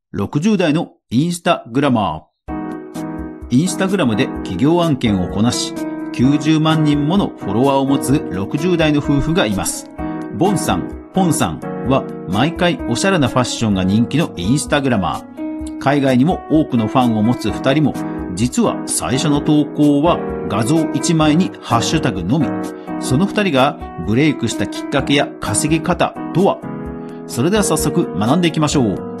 60代のインスタグラマー。インスタグラムで企業案件をこなし、90万人ものフォロワーを持つ60代の夫婦がいます。ボンさん、ポンさんは毎回おしゃれなファッションが人気のインスタグラマー。海外にも多くのファンを持つ2人も、実は最初の投稿は画像1枚にハッシュタグのみ。その2人がブレイクしたきっかけや稼ぎ方とは？それでは早速学んでいきましょう。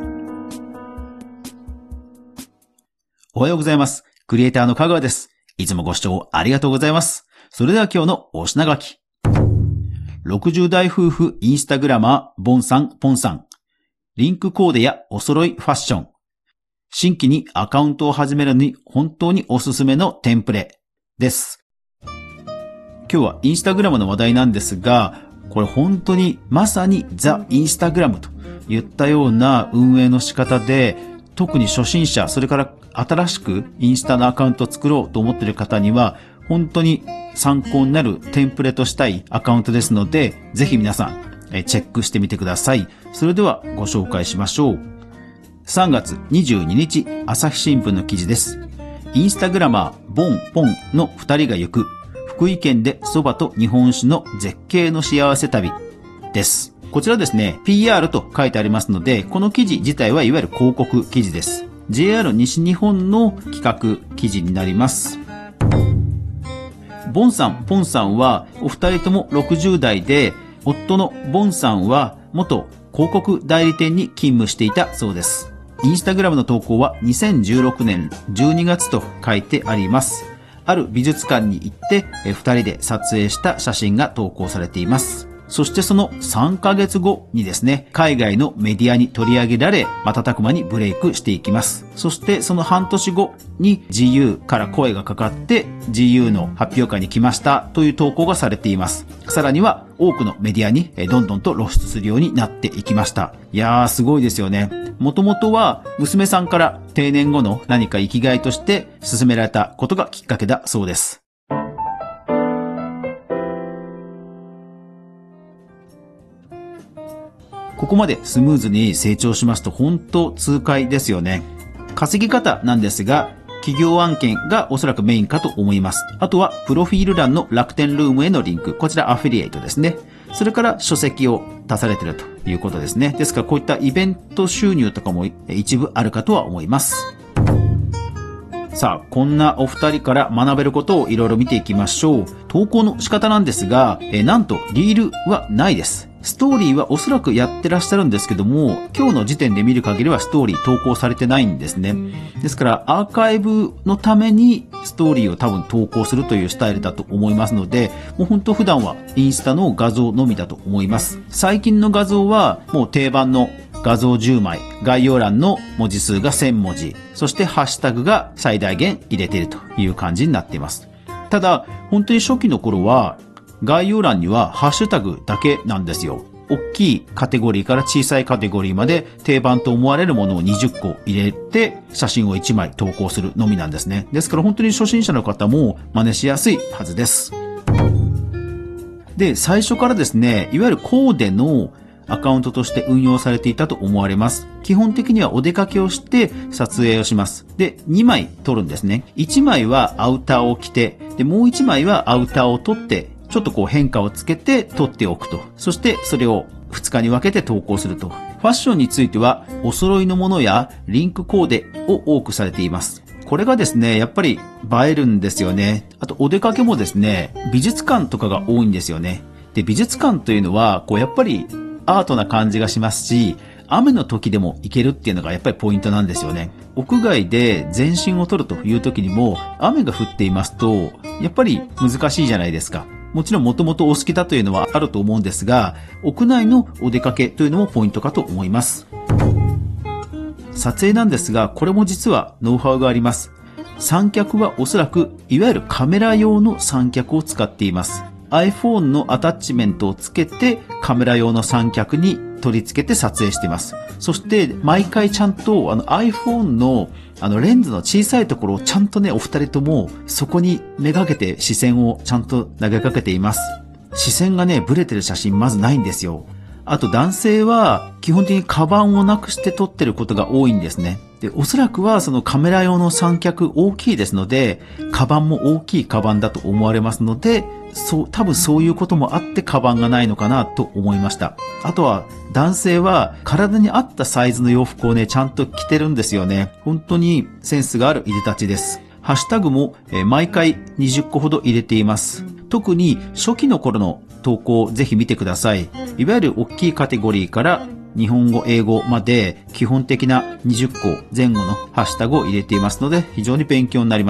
おはようございます。クリエイターの香川です。いつもご視聴ありがとうございます。それでは今日のお品書き。60代夫婦インスタグラマー、ボンさん、ポンさん。リンクコーデやお揃いファッション。新規にアカウントを始めるのに本当におすすめのテンプレです。今日はインスタグラムの話題なんですが、これ本当にまさにザ・インスタグラムといったような運営の仕方で、特に初心者、それから新しくインスタのアカウントを作ろうと思っている方には、本当に参考になるテンプレとしたいアカウントですので、ぜひ皆さんチェックしてみてください。それではご紹介しましょう。3月22日、朝日新聞の記事です。インスタグラマー、ボン、ポンの2人が行く、福井県で蕎麦と日本酒の絶景の幸せ旅です。こちらですね、PR と書いてありますので、この記事自体はいわゆる広告記事です。JR 西日本の企画記事になります。ボンさん、ポンさんはお二人とも60代で、夫のボンさんは元広告代理店に勤務していたそうです。インスタグラムの投稿は2016年12月と書いてあります。ある美術館に行って二人で撮影した写真が投稿されています。そしてその3ヶ月後にですね、海外のメディアに取り上げられ、瞬く間にブレイクしていきます。そしてその半年後に GU から声がかかって GU の発表会に来ましたという投稿がされています。さらには多くのメディアにどんどんと露出するようになっていきました。いやーすごいですよね。もともとは娘さんから定年後の何か生きがいとして進められたことがきっかけだそうです。ここまでスムーズに成長しますと本当痛快ですよね。稼ぎ方なんですが、企業案件がおそらくメインかと思います。あとはプロフィール欄の楽天ルームへのリンク、こちらアフィリエイトですね。それから書籍を出されているということですね。ですからこういったイベント収入とかも一部あるかとは思います。さあ、こんなお二人から学べることをいろいろ見ていきましょう。投稿の仕方なんですが、なんとリールはないです。ストーリーはおそらくやってらっしゃるんですけども、今日の時点で見る限りはストーリー投稿されてないんですね。ですからアーカイブのためにストーリーを多分投稿するというスタイルだと思いますので、もう本当普段はインスタの画像のみだと思います。最近の画像はもう定番の画像10枚、概要欄の文字数が1000文字、そしてハッシュタグが最大限入れているという感じになっています。ただ、本当に初期の頃は概要欄にはハッシュタグだけなんですよ。大きいカテゴリーから小さいカテゴリーまで定番と思われるものを20個入れて写真を1枚投稿するのみなんですね。ですから本当に初心者の方も真似しやすいはずです。で、最初からですね、いわゆるコーデのアカウントとして運用されていたと思われます。基本的にはお出かけをして撮影をします。で、2枚撮るんですね。1枚はアウターを着て、で、もう1枚はアウターを撮って、ちょっとこう変化をつけて撮っておくと。そしてそれを2日に分けて投稿すると。ファッションについてはお揃いのものやリンクコーデを多くされています。これがですね、やっぱり映えるんですよね。あとお出かけもですね、美術館とかが多いんですよね。で、美術館というのはこうやっぱりアートな感じがしますし、雨の時でも行けるっていうのがやっぱりポイントなんですよね。屋外で全身を撮るという時にも雨が降っていますと、やっぱり難しいじゃないですか。もちろんもともとお好きだというのはあると思うんですが、屋内のお出かけというのもポイントかと思います。撮影なんですが、これも実はノウハウがあります。三脚はおそらくいわゆるカメラ用の三脚を使っています。iPhone のアタッチメントをつけてカメラ用の三脚に取り付けて撮影しています。そして毎回ちゃんとiPhone のレンズの小さいところをちゃんとね、お二人ともそこにめがけて視線をちゃんと投げかけています。視線がね、ブレてる写真まずないんですよ。 あと男性は基本的にカバンをなくして撮ってることが多いんですね。で、おそらくはそのカメラ用の三脚大きいですので、カバンも大きいカバンだと思われますので、多分そういうこともあってカバンがないのかなと思いました。あとは男性は体に合ったサイズの洋服をね、ちゃんと着てるんですよね。本当にセンスがあるいでたちです。ハッシュタグも毎回20個ほど入れています。特に初期の頃の投稿をぜひ見てください。いわゆる大きいカテゴリーから日本語、英語まで基本的な20個前後のハッシュタグを入れていますので非常に勉強になります。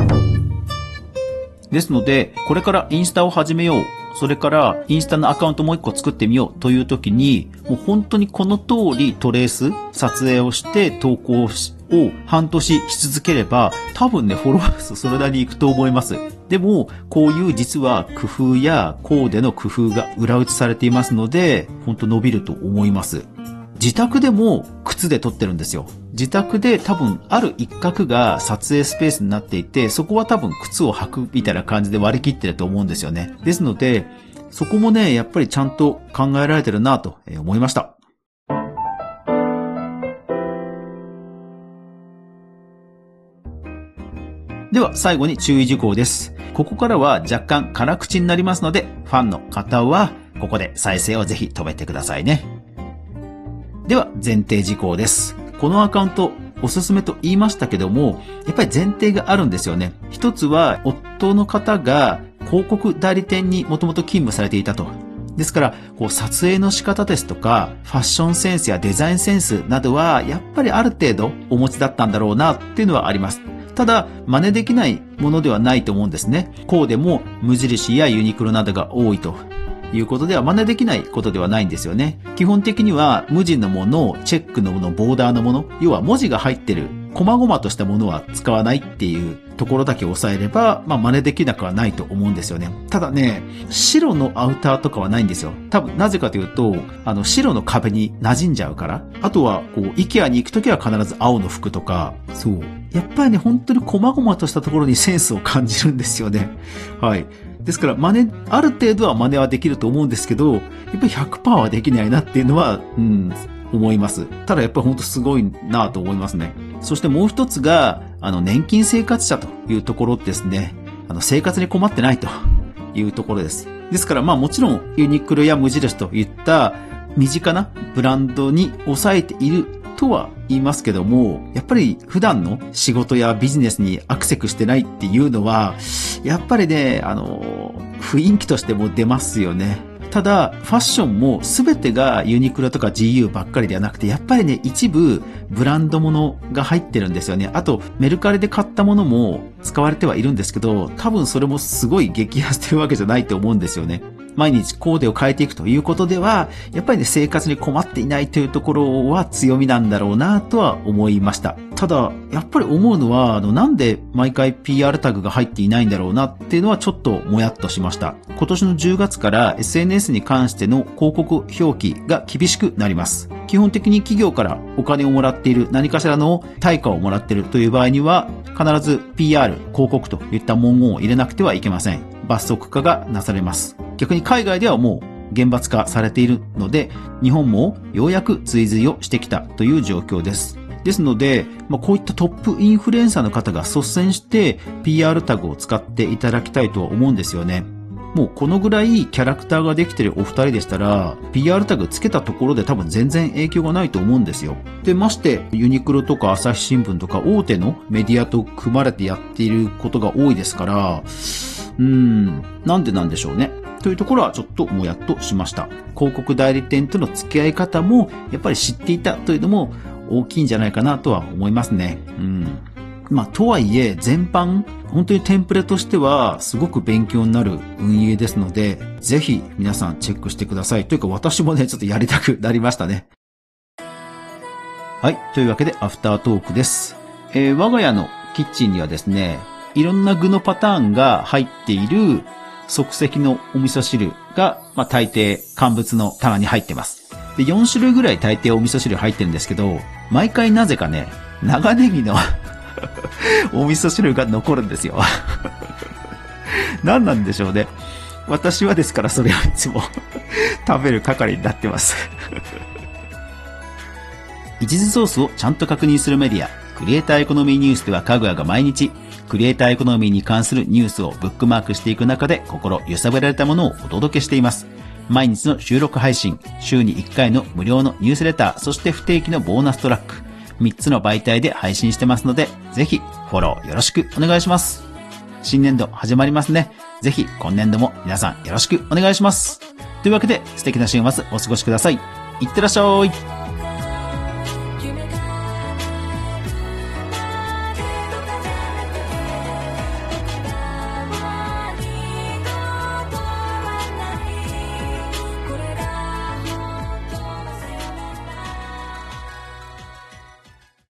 ですので、これからインスタを始めよう。それからインスタのアカウントもう一個作ってみようという時に、もう本当にこの通りトレース、撮影をして投稿を半年し続ければ、多分ね、フォロワー数それなりにいくと思います。でも、こういう実は工夫やコーデの工夫が裏打ちされていますので、本当伸びると思います。自宅でも靴で撮ってるんですよ。自宅で多分ある一角が撮影スペースになっていて、そこは多分靴を履くみたいな感じで割り切ってると思うんですよね。ですので、そこもね、やっぱりちゃんと考えられてるなと思いました。では最後に注意事項です。ここからは若干辛口になりますので、ファンの方はここで再生をぜひ止めてくださいね。では前提事項です。このアカウントおすすめと言いましたけども、やっぱり前提があるんですよね。一つは夫の方が広告代理店にもともと勤務されていたと。ですから、撮影の仕方ですとか、ファッションセンスやデザインセンスなどはやっぱりある程度お持ちだったんだろうなっていうのはあります。ただ、真似できないものではないと思うんですね。コーデも無印やユニクロなどが多いということでは真似できないことではないんですよね。基本的には無地のもの、チェックのもの、ボーダーのもの、要は文字が入ってる、細々としたものは使わないっていうところだけ抑えれば、真似できなくはないと思うんですよね。ただね、白のアウターとかはないんですよ。多分なぜかというと、白の壁に馴染んじゃうから。あとは、IKEA に行くときは必ず青の服とか、そう。やっぱりね、本当に細々としたところにセンスを感じるんですよね。はい。ですからある程度は真似はできると思うんですけど、やっぱり 100% はできないなっていうのは、思います。ただやっぱり本当すごいなと思いますね。そしてもう一つが、年金生活者というところですね。生活に困ってないというところです。ですからもちろんユニクロや無印といった身近なブランドに抑えているとは言いますけども、やっぱり普段の仕事やビジネスにアクセスしてないっていうのは、やっぱりね、雰囲気としても出ますよね。ただ、ファッションも全てがユニクロとか GU ばっかりではなくて、やっぱりね、一部ブランドものが入ってるんですよね。あと、メルカリで買ったものも使われてはいるんですけど、多分それもすごい激安というわけじゃないと思うんですよね。毎日コーデを変えていくということでは、やっぱりね、生活に困っていないというところは強みなんだろうなとは思いました。ただ、やっぱり思うのは、なんで毎回 PR タグが入っていないんだろうなっていうのはちょっともやっとしました。今年の10月から SNS に関しての広告表記が厳しくなります。基本的に企業からお金をもらっている、何かしらの対価をもらっているという場合には、必ず PR、広告といった文言を入れなくてはいけません。罰則化がなされます。逆に海外ではもう厳罰化されているので、日本もようやく追随をしてきたという状況です。ですので、こういったトップインフルエンサーの方が率先して PR タグを使っていただきたいとは思うんですよね。もうこのぐらいキャラクターができてるお二人でしたら、PR タグつけたところで多分全然影響がないと思うんですよ。で、ましてユニクロとか朝日新聞とか大手のメディアと組まれてやっていることが多いですから、なんでなんでしょうね。というところはちょっともやっとしました。広告代理店との付き合い方もやっぱり知っていたというのも大きいんじゃないかなとは思いますね。とはいえ全般本当にテンプレとしてはすごく勉強になる運営ですので、ぜひ皆さんチェックしてください。というか私もね、ちょっとやりたくなりましたね。はい。というわけでアフタートークです。我が家のキッチンにはですね、いろんな具のパターンが入っている即席のお味噌汁が、大抵乾物の棚に入ってます。で、4種類ぐらい大抵お味噌汁入ってるんですけど、毎回なぜかね、長ネギのお味噌汁が残るんですよ。何なんでしょうね。私はですからそれをいつも食べる係になってます。一時ソースをちゃんと確認するメディア、クリエイターエコノミーニュースではかぐやが毎日、クリエイターエコノミーに関するニュースをブックマークしていく中で心揺さぶられたものをお届けしています。毎日の収録配信、週に1回の無料のニュースレター、そして不定期のボーナストラック、3つの媒体で配信してますので、ぜひフォローよろしくお願いします。新年度始まりますね。ぜひ今年度も皆さんよろしくお願いします。というわけで素敵な週末お過ごしください。いってらっしゃい。